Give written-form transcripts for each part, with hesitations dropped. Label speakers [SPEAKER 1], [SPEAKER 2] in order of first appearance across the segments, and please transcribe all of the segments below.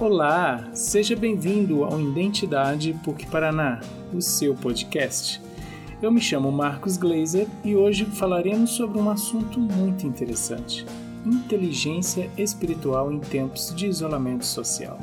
[SPEAKER 1] Olá, seja bem-vindo ao Identidade PUC Paraná, o seu podcast. Eu me chamo Marcos Glazer e hoje falaremos sobre um assunto muito interessante: inteligência espiritual em tempos de isolamento social.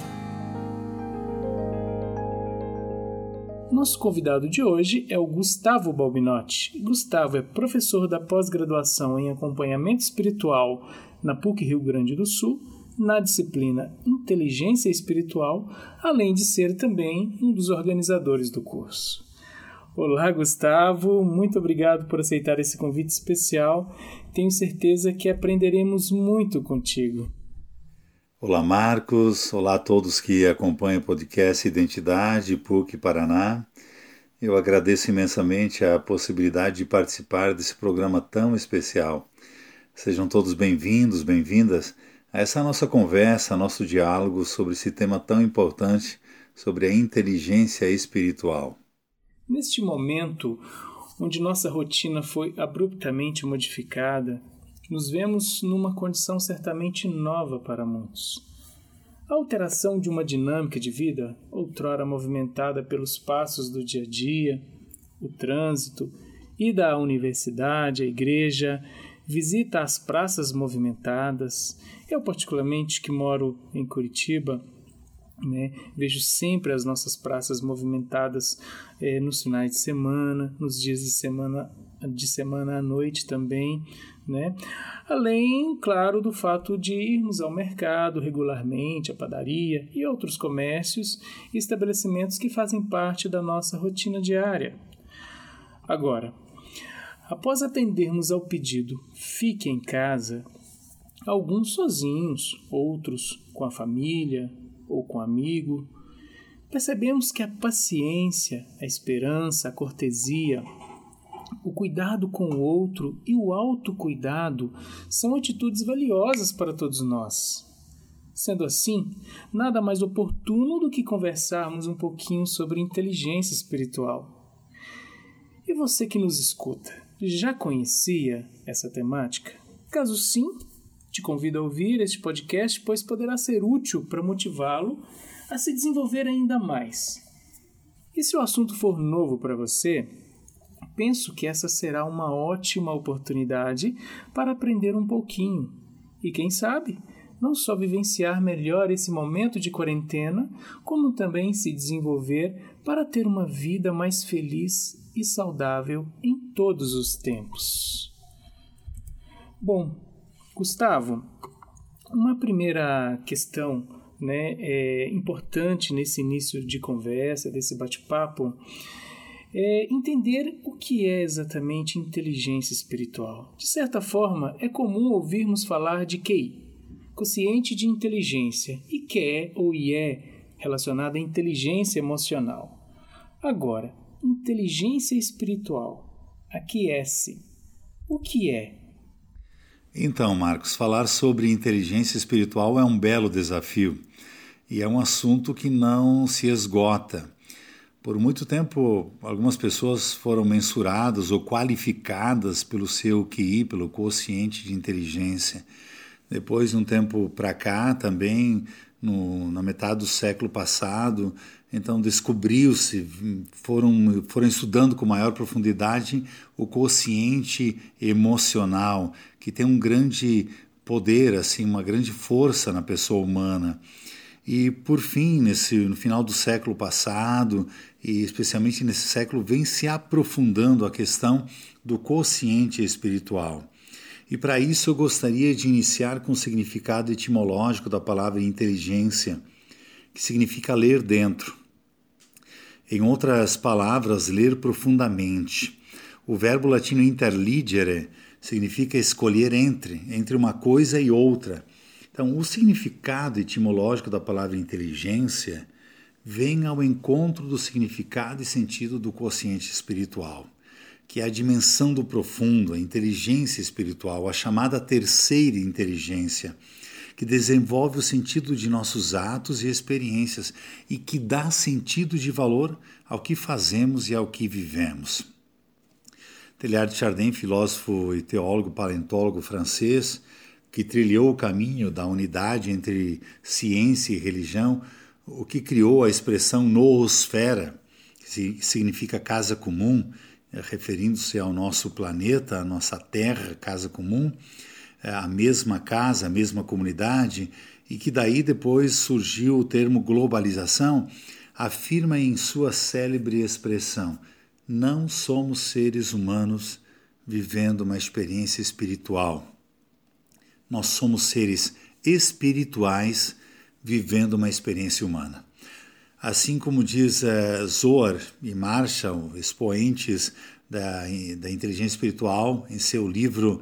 [SPEAKER 1] Nosso convidado de hoje é o Gustavo Balbinotti. Gustavo é professor da pós-graduação em acompanhamento espiritual na PUC Rio Grande do Sul, na disciplina Inteligência Espiritual, além de ser também um dos organizadores do curso. Olá, Gustavo, muito obrigado por aceitar esse convite especial. Tenho certeza que aprenderemos muito contigo.
[SPEAKER 2] Olá, Marcos. Olá a todos que acompanham o podcast Identidade PUC Paraná. Eu agradeço imensamente a possibilidade de participar desse programa tão especial. Sejam todos bem-vindos, bem-vindas a essa nossa conversa, nosso diálogo sobre esse tema tão importante, sobre a inteligência espiritual.
[SPEAKER 1] Neste momento, onde nossa rotina foi abruptamente modificada, nos vemos numa condição certamente nova para muitos. A alteração de uma dinâmica de vida, outrora movimentada pelos passos do dia a dia, o trânsito, ida à universidade, à igreja, visita às praças movimentadas. Eu, particularmente, que moro em Curitiba, vejo sempre as nossas praças movimentadas nos finais de semana, nos dias de semana à noite também, Além, claro, do fato de irmos ao mercado regularmente, à padaria e outros comércios e estabelecimentos que fazem parte da nossa rotina diária. Agora, após atendermos ao pedido "fique em casa", alguns sozinhos, outros com a família ou com amigo, percebemos que a paciência, a esperança, a cortesia, o cuidado com o outro e o autocuidado são atitudes valiosas para todos nós. Sendo assim, nada mais oportuno do que conversarmos um pouquinho sobre inteligência espiritual. E você que nos escuta, já conhecia essa temática? Caso sim, te convido a ouvir este podcast, pois poderá ser útil para motivá-lo a se desenvolver ainda mais. E se o assunto for novo para você, penso que essa será uma ótima oportunidade para aprender um pouquinho e, quem sabe, não só vivenciar melhor esse momento de quarentena, como também se desenvolver para ter uma vida mais feliz e saudável em todos os tempos. Bom, Gustavo, uma primeira questão importante nesse início de conversa, desse bate-papo, é entender o que é exatamente inteligência espiritual. De certa forma, é comum ouvirmos falar de QI, quociente de inteligência, e QE ou IE, relacionada à inteligência emocional. Agora, inteligência espiritual, a QS, o que é?
[SPEAKER 2] Então, Marcos, falar sobre inteligência espiritual é um belo desafio e é um assunto que não se esgota. Por muito tempo, algumas pessoas foram mensuradas ou qualificadas pelo seu QI, pelo quociente de inteligência. Depois de um tempo para cá, também na metade do século passado, então descobriu-se, foram estudando com maior profundidade o quociente emocional, que tem um grande poder, assim, uma grande força na pessoa humana. E, por fim, no final do século passado, e especialmente nesse século, vem se aprofundando a questão do quociente espiritual. E para isso eu gostaria de iniciar com o significado etimológico da palavra inteligência, que significa ler dentro. Em outras palavras, ler profundamente. O verbo latino interligere significa escolher entre uma coisa e outra. Então, o significado etimológico da palavra inteligência vem ao encontro do significado e sentido do quociente espiritual, que é a dimensão do profundo, a inteligência espiritual, a chamada terceira inteligência, que desenvolve o sentido de nossos atos e experiências e que dá sentido de valor ao que fazemos e ao que vivemos. Teilhard de Chardin, filósofo e teólogo paleontólogo francês, que trilhou o caminho da unidade entre ciência e religião, o que criou a expressão noosfera, que significa casa comum, referindo-se ao nosso planeta, à nossa terra, casa comum, a mesma casa, a mesma comunidade, e que daí depois surgiu o termo globalização, afirma em sua célebre expressão: não somos seres humanos vivendo uma experiência espiritual. Nós somos seres espirituais vivendo uma experiência humana. Assim como diz Zohar e Marshall, expoentes da inteligência espiritual, em seu livro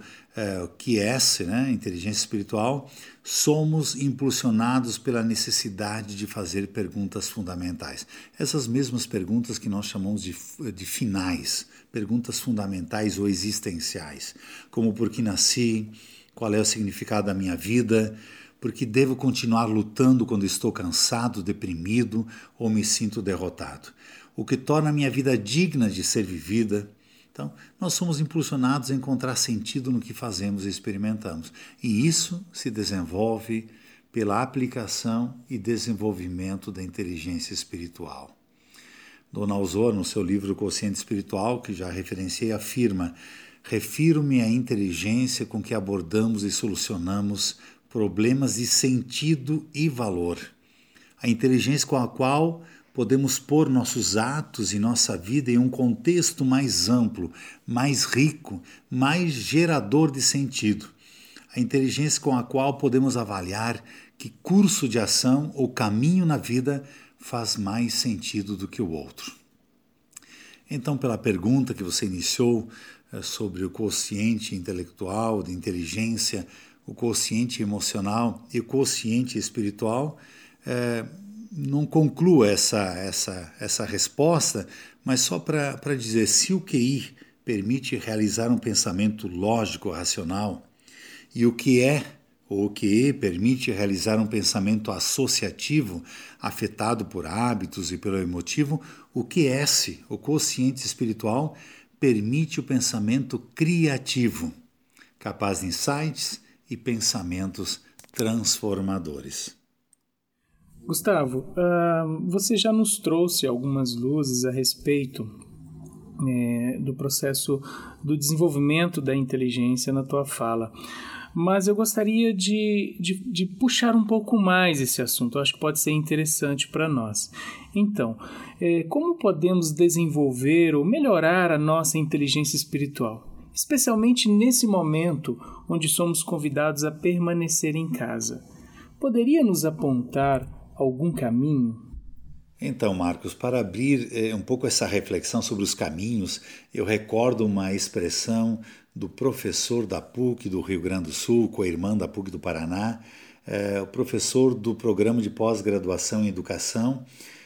[SPEAKER 2] QS, Inteligência Espiritual, somos impulsionados pela necessidade de fazer perguntas fundamentais. Essas mesmas perguntas que nós chamamos de finais, perguntas fundamentais ou existenciais, como por que nasci, qual é o significado da minha vida, por que devo continuar lutando quando estou cansado, deprimido ou me sinto derrotado, o que torna a minha vida digna de ser vivida. Então, nós somos impulsionados a encontrar sentido no que fazemos e experimentamos. E isso se desenvolve pela aplicação e desenvolvimento da inteligência espiritual. Donald Zohar, no seu livro Consciente Espiritual, que já referenciei, afirma: refiro-me à inteligência com que abordamos e solucionamos problemas de sentido e valor. A inteligência com a qual podemos pôr nossos atos e nossa vida em um contexto mais amplo, mais rico, mais gerador de sentido. A inteligência com a qual podemos avaliar que curso de ação ou caminho na vida faz mais sentido do que o outro. Então, pela pergunta que você iniciou sobre o quociente intelectual, de inteligência, o quociente emocional e o quociente espiritual, não concluo essa resposta, mas só para dizer, se o QI permite realizar um pensamento lógico, racional, e o QE permite realizar um pensamento associativo, afetado por hábitos e pelo emotivo, o QS, o quociente espiritual, permite o pensamento criativo, capaz de insights e pensamentos transformadores.
[SPEAKER 1] Gustavo, você já nos trouxe algumas luzes a respeito do processo do desenvolvimento da inteligência na tua fala, mas eu gostaria de puxar um pouco mais esse assunto. Eu acho que pode ser interessante para nós. Então, como podemos desenvolver ou melhorar a nossa inteligência espiritual, especialmente nesse momento onde somos convidados a permanecer em casa? Poderia nos apontar algum caminho?
[SPEAKER 2] Então, Marcos, para abrir um pouco essa reflexão sobre os caminhos, eu recordo uma expressão do professor da PUC do Rio Grande do Sul, com a irmã da PUC do Paraná, o professor do programa de pós-graduação em educação,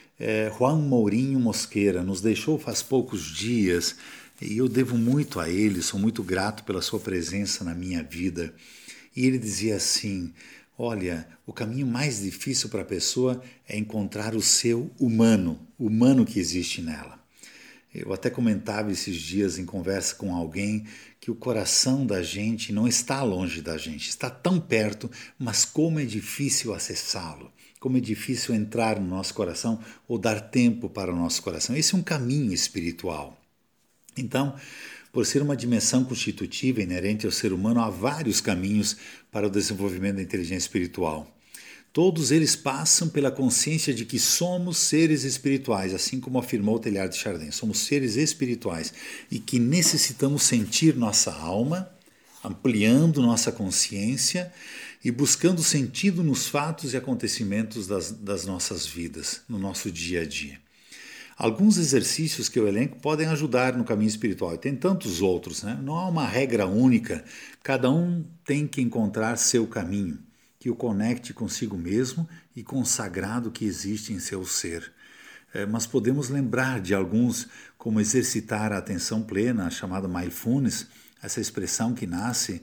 [SPEAKER 2] Juan Mourinho Mosqueira, nos deixou faz poucos dias e eu devo muito a ele, sou muito grato pela sua presença na minha vida. E ele dizia assim: olha, o caminho mais difícil para a pessoa é encontrar o seu humano que existe nela. Eu até comentava esses dias em conversa com alguém que o coração da gente não está longe da gente, está tão perto, mas como é difícil acessá-lo, como é difícil entrar no nosso coração ou dar tempo para o nosso coração. Esse é um caminho espiritual. Então, por ser uma dimensão constitutiva inerente ao ser humano, há vários caminhos para o desenvolvimento da inteligência espiritual. Todos eles passam pela consciência de que somos seres espirituais, assim como afirmou Teilhard de Chardin. Somos seres espirituais e que necessitamos sentir nossa alma, ampliando nossa consciência e buscando sentido nos fatos e acontecimentos das nossas vidas, no nosso dia a dia. Alguns exercícios que eu elenco podem ajudar no caminho espiritual, e tem tantos outros, né? Não há uma regra única, cada um tem que encontrar seu caminho, que o conecte consigo mesmo e com o sagrado que existe em seu ser. Mas podemos lembrar de alguns, como exercitar a atenção plena, a chamada mindfulness, essa expressão que nasce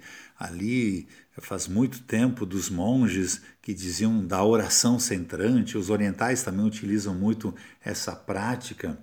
[SPEAKER 2] ali faz muito tempo dos monges que diziam da oração centrante. Os orientais também utilizam muito essa prática.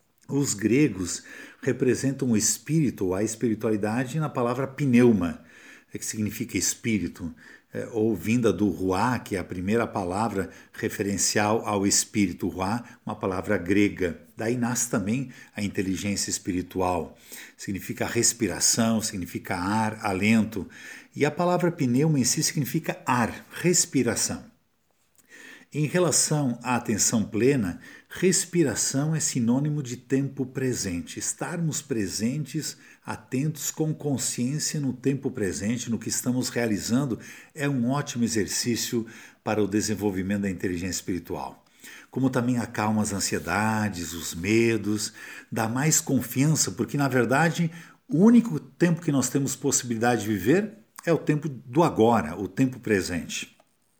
[SPEAKER 2] Os gregos representam o espírito ou a espiritualidade na palavra pneuma, que significa espírito, ou vinda do ruá, que é a primeira palavra referencial ao espírito. Ruá, uma palavra grega. Daí nasce também a inteligência espiritual. Significa respiração, significa ar, alento. E a palavra pneuma em si significa ar, respiração. Em relação à atenção plena, respiração é sinônimo de tempo presente. Estarmos presentes, atentos com consciência no tempo presente, no que estamos realizando, é um ótimo exercício para o desenvolvimento da inteligência espiritual. Como também acalma as ansiedades, os medos, dá mais confiança, porque na verdade o único tempo que nós temos possibilidade de viver é o tempo do agora, o tempo presente.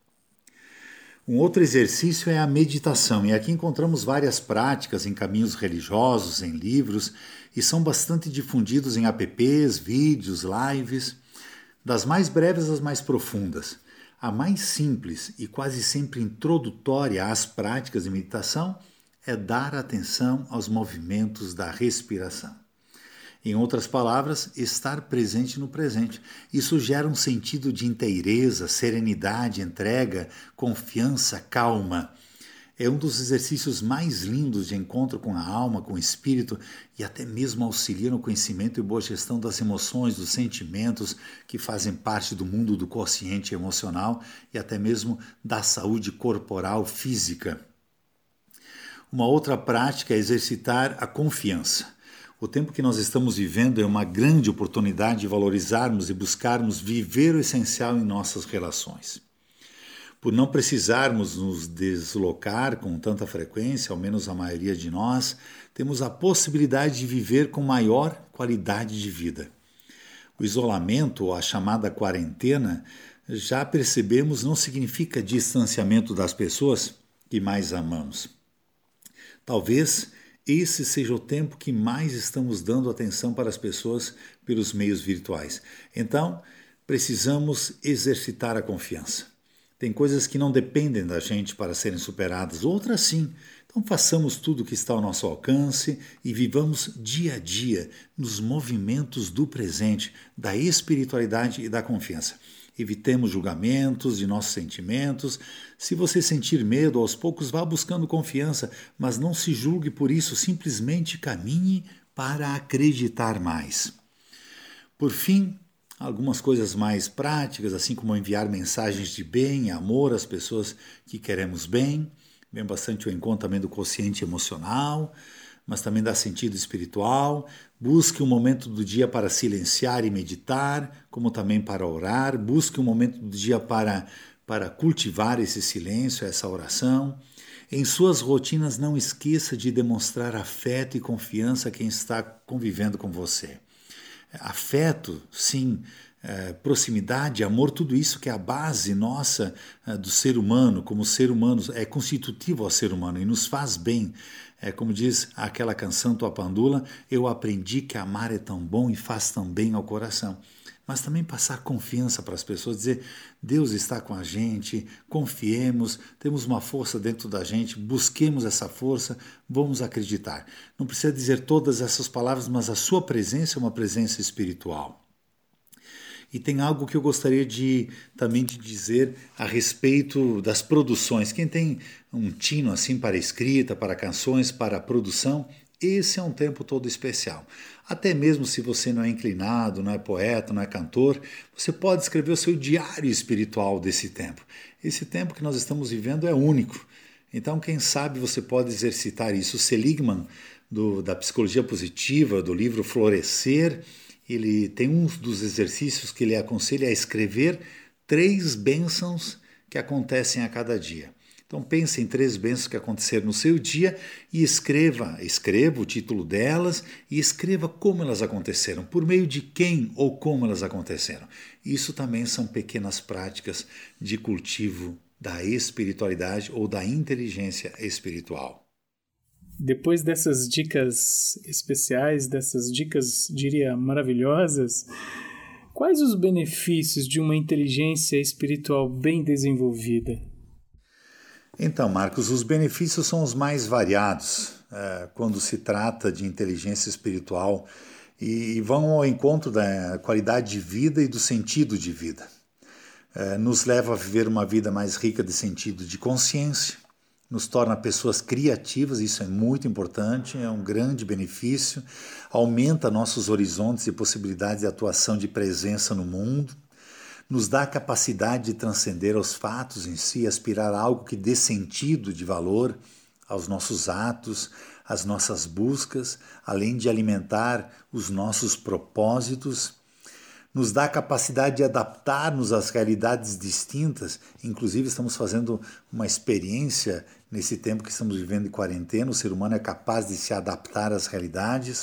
[SPEAKER 2] Um outro exercício é a meditação, e aqui encontramos várias práticas em caminhos religiosos, em livros, e são bastante difundidos em apps, vídeos, lives, das mais breves às mais profundas. A mais simples e quase sempre introdutória às práticas de meditação é dar atenção aos movimentos da respiração. Em outras palavras, estar presente no presente. Isso gera um sentido de inteireza, serenidade, entrega, confiança, calma. É um dos exercícios mais lindos de encontro com a alma, com o espírito e até mesmo auxilia no conhecimento e boa gestão das emoções, dos sentimentos que fazem parte do mundo do consciente emocional e até mesmo da saúde corporal física. Uma outra prática é exercitar a confiança. O tempo que nós estamos vivendo é uma grande oportunidade de valorizarmos e buscarmos viver o essencial em nossas relações. Por não precisarmos nos deslocar com tanta frequência, ao menos a maioria de nós, temos a possibilidade de viver com maior qualidade de vida. O isolamento, ou a chamada quarentena, já percebemos, não significa distanciamento das pessoas que mais amamos. Talvez esse seja o tempo que mais estamos dando atenção para as pessoas pelos meios virtuais. Então, precisamos exercitar a confiança. Tem coisas que não dependem da gente para serem superadas, outras sim. Então façamos tudo o que está ao nosso alcance e vivamos dia a dia nos movimentos do presente, da espiritualidade e da confiança. Evitemos julgamentos de nossos sentimentos. Se você sentir medo, aos poucos vá buscando confiança, mas não se julgue por isso, simplesmente caminhe para acreditar mais. Por fim, algumas coisas mais práticas, assim como enviar mensagens de bem e amor às pessoas que queremos bem. Vem bastante ao encontro também do consciente emocional, mas também dá sentido espiritual. Busque um momento do dia para silenciar e meditar, como também para orar. Busque um momento do dia para cultivar esse silêncio, essa oração. Em suas rotinas, não esqueça de demonstrar afeto e confiança a quem está convivendo com você. Afeto, sim, proximidade, amor, tudo isso que é a base nossa do ser humano, como ser humano, é constitutivo ao ser humano e nos faz bem. Como diz aquela canção Tua Pandula, eu aprendi que amar é tão bom e faz tão bem ao coração. Mas também passar confiança para as pessoas, dizer Deus está com a gente, confiemos, temos uma força dentro da gente, busquemos essa força, vamos acreditar. Não precisa dizer todas essas palavras, mas a sua presença é uma presença espiritual. E tem algo que eu gostaria também de dizer a respeito das produções. Quem tem um tino assim para escrita, para canções, para produção, esse é um tempo todo especial. Até mesmo se você não é inclinado, não é poeta, não é cantor, você pode escrever o seu diário espiritual desse tempo. Esse tempo que nós estamos vivendo é único. Então, quem sabe você pode exercitar isso. O Seligman, da Psicologia Positiva, do livro Florescer, ele tem um dos exercícios que ele aconselha a escrever 3 bênçãos que acontecem a cada dia. Então pense em 3 bênçãos que aconteceram no seu dia e escreva o título delas e escreva como elas aconteceram, por meio de quem ou como elas aconteceram. Isso também são pequenas práticas de cultivo da espiritualidade ou da inteligência espiritual.
[SPEAKER 1] Depois dessas dicas especiais, dessas dicas, diria, maravilhosas, quais os benefícios de uma inteligência espiritual bem desenvolvida?
[SPEAKER 2] Então, Marcos, os benefícios são os mais variados quando se trata de inteligência espiritual e vão ao encontro da qualidade de vida e do sentido de vida. Nos leva a viver uma vida mais rica de sentido de consciência, nos torna pessoas criativas, isso é muito importante, é um grande benefício, aumenta nossos horizontes e possibilidades de atuação de presença no mundo, nos dá a capacidade de transcender os fatos em si, aspirar a algo que dê sentido de valor aos nossos atos, às nossas buscas, além de alimentar os nossos propósitos, nos dá a capacidade de adaptar-nos às realidades distintas. Inclusive, estamos fazendo uma experiência nesse tempo que estamos vivendo de quarentena. O ser humano é capaz de se adaptar às realidades,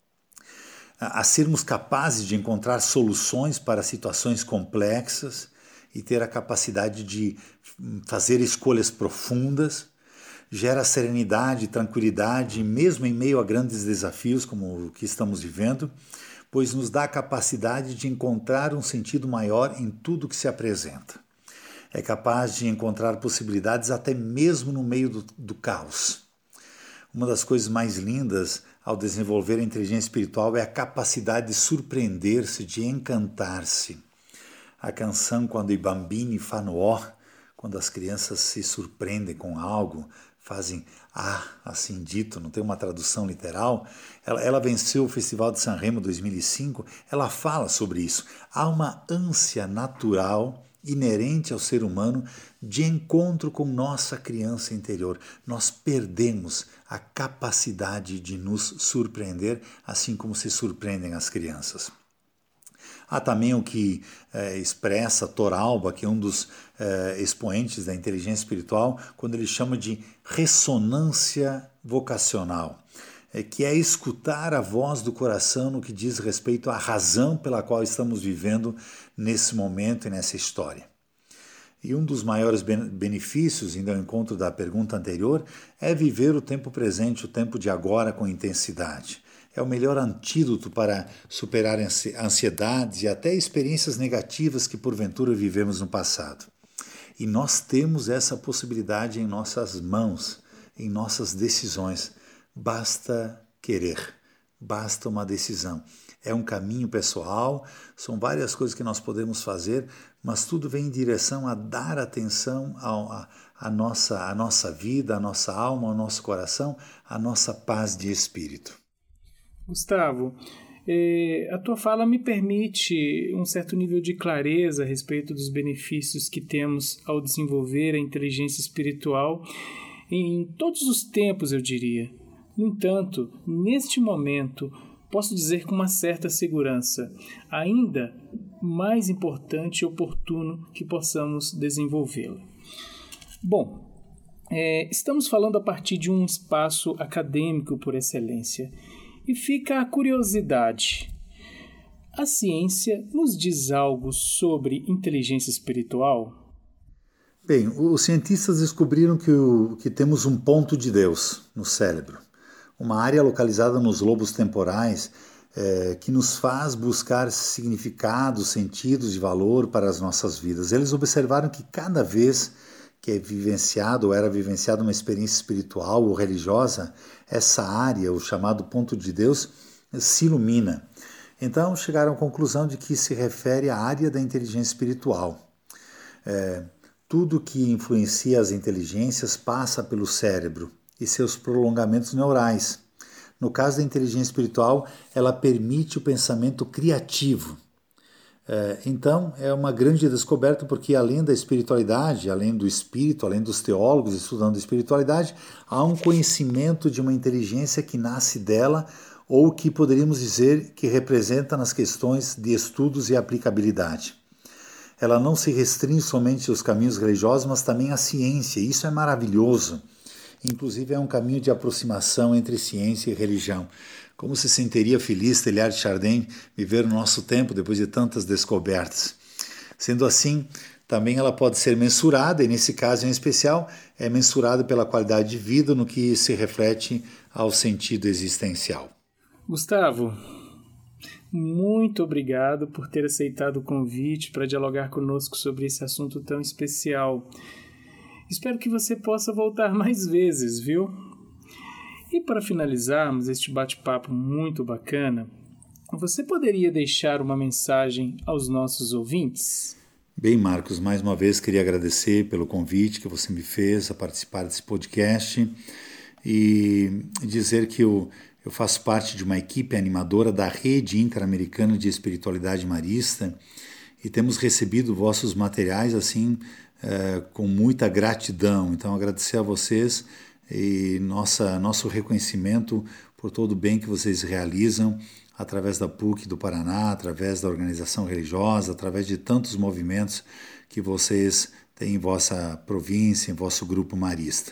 [SPEAKER 2] a sermos capazes de encontrar soluções para situações complexas e ter a capacidade de fazer escolhas profundas. Gera serenidade, tranquilidade, mesmo em meio a grandes desafios como o que estamos vivendo, pois nos dá a capacidade de encontrar um sentido maior em tudo que se apresenta. É capaz de encontrar possibilidades até mesmo no meio do caos. Uma das coisas mais lindas ao desenvolver a inteligência espiritual é a capacidade de surpreender-se, de encantar-se. A canção Quando i bambini fanno oh, quando as crianças se surpreendem com algo, fazem assim dito, não tem uma tradução literal, ela venceu o Festival de Sanremo 2005, ela fala sobre isso. Há uma ânsia natural, inerente ao ser humano, de encontro com nossa criança interior. Nós perdemos a capacidade de nos surpreender, assim como se surpreendem as crianças. Há também o que expressa Toralba, que é um dos expoentes da inteligência espiritual, quando ele chama de ressonância vocacional, que é escutar a voz do coração no que diz respeito à razão pela qual estamos vivendo nesse momento e nessa história. E um dos maiores benefícios, indo ao encontro da pergunta anterior, é viver o tempo presente, o tempo de agora com intensidade. É o melhor antídoto para superar ansiedades e até experiências negativas que porventura vivemos no passado. E nós temos essa possibilidade em nossas mãos, em nossas decisões. Basta querer, basta uma decisão. É um caminho pessoal, são várias coisas que nós podemos fazer, mas tudo vem em direção a dar atenção à nossa vida, à nossa alma, ao nosso coração, à nossa paz de espírito.
[SPEAKER 1] Gustavo, a tua fala me permite um certo nível de clareza a respeito dos benefícios que temos ao desenvolver a inteligência espiritual em todos os tempos, eu diria. No entanto, neste momento, posso dizer com uma certa segurança, ainda mais importante e oportuno que possamos desenvolvê-la. Bom, estamos falando a partir de um espaço acadêmico por excelência. E fica a curiosidade. A ciência nos diz algo sobre inteligência espiritual?
[SPEAKER 2] Bem, os cientistas descobriram que temos um ponto de Deus no cérebro, uma área localizada nos lobos temporais que nos faz buscar significados, sentidos e valor para as nossas vidas. Eles observaram que cada vez que é vivenciado ou era vivenciada uma experiência espiritual ou religiosa, essa área, o chamado ponto de Deus, se ilumina. Então chegaram à conclusão de que se refere à área da inteligência espiritual. Tudo que influencia as inteligências passa pelo cérebro e seus prolongamentos neurais. No caso da inteligência espiritual, ela permite o pensamento criativo. Então, é uma grande descoberta porque além da espiritualidade, além do espírito, além dos teólogos estudando espiritualidade, há um conhecimento de uma inteligência que nasce dela ou que poderíamos dizer que representa nas questões de estudos e aplicabilidade. Ela não se restringe somente aos caminhos religiosos, mas também à ciência. Isso é maravilhoso. Inclusive é um caminho de aproximação entre ciência e religião. Como se sentiria feliz Teilhard de Chardin viver o nosso tempo depois de tantas descobertas. Sendo assim, também ela pode ser mensurada, e nesse caso em especial, é mensurada pela qualidade de vida no que se reflete ao sentido existencial.
[SPEAKER 1] Gustavo, muito obrigado por ter aceitado o convite para dialogar conosco sobre esse assunto tão especial. Espero que você possa voltar mais vezes, viu? E para finalizarmos este bate-papo muito bacana, você poderia deixar uma mensagem aos nossos ouvintes?
[SPEAKER 2] Bem, Marcos, mais uma vez queria agradecer pelo convite que você me fez a participar desse podcast e dizer que eu faço parte de uma equipe animadora da Rede Interamericana de Espiritualidade Marista e temos recebido vossos materiais assim com muita gratidão. Então, agradecer a vocês e nosso reconhecimento por todo o bem que vocês realizam através da PUC do Paraná, através da organização religiosa, através de tantos movimentos que vocês têm em vossa província, em vosso grupo marista.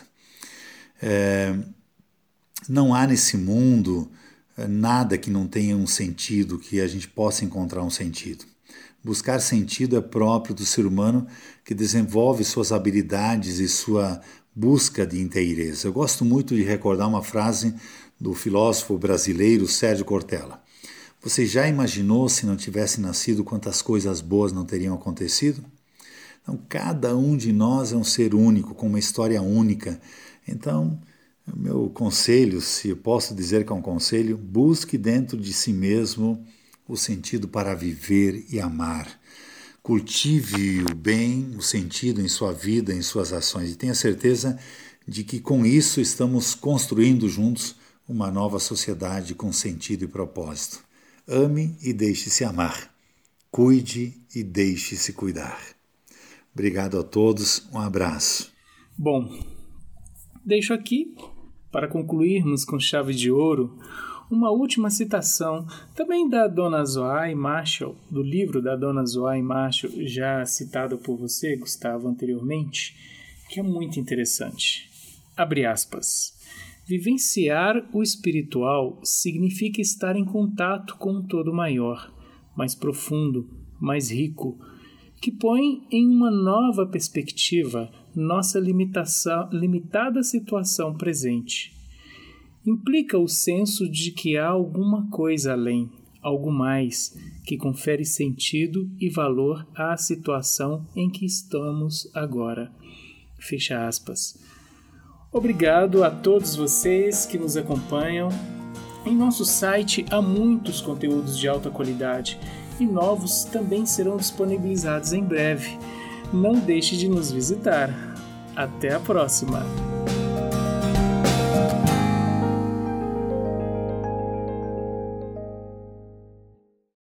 [SPEAKER 2] Não há nesse mundo nada que não tenha um sentido, que a gente possa encontrar um sentido. Buscar sentido é próprio do ser humano que desenvolve suas habilidades e sua busca de inteireza. Eu gosto muito de recordar uma frase do filósofo brasileiro Sérgio Cortella. Você já imaginou se não tivesse nascido quantas coisas boas não teriam acontecido? Então, cada um de nós é um ser único, com uma história única. Então, o meu conselho, se eu posso dizer que é um conselho, busque dentro de si mesmo o sentido para viver e amar. Cultive o bem, o sentido em sua vida, em suas ações. E tenha certeza de que com isso estamos construindo juntos uma nova sociedade com sentido e propósito. Ame e deixe-se amar. Cuide e deixe-se cuidar. Obrigado a todos. Um abraço.
[SPEAKER 1] Bom, deixo aqui, para concluirmos com chave de ouro, uma última citação, também da Dona Zoe Marshall, do livro da Dona Zoe Marshall, já citado por você, Gustavo, anteriormente, que é muito interessante. Abre aspas. Vivenciar o espiritual significa estar em contato com um todo maior, mais profundo, mais rico, que põe em uma nova perspectiva nossa limitada situação presente. Implica o senso de que há alguma coisa além, algo mais, que confere sentido e valor à situação em que estamos agora. Fecha aspas. Obrigado a todos vocês que nos acompanham. Em nosso site há muitos conteúdos de alta qualidade e novos também serão disponibilizados em breve. Não deixe de nos visitar. Até a próxima!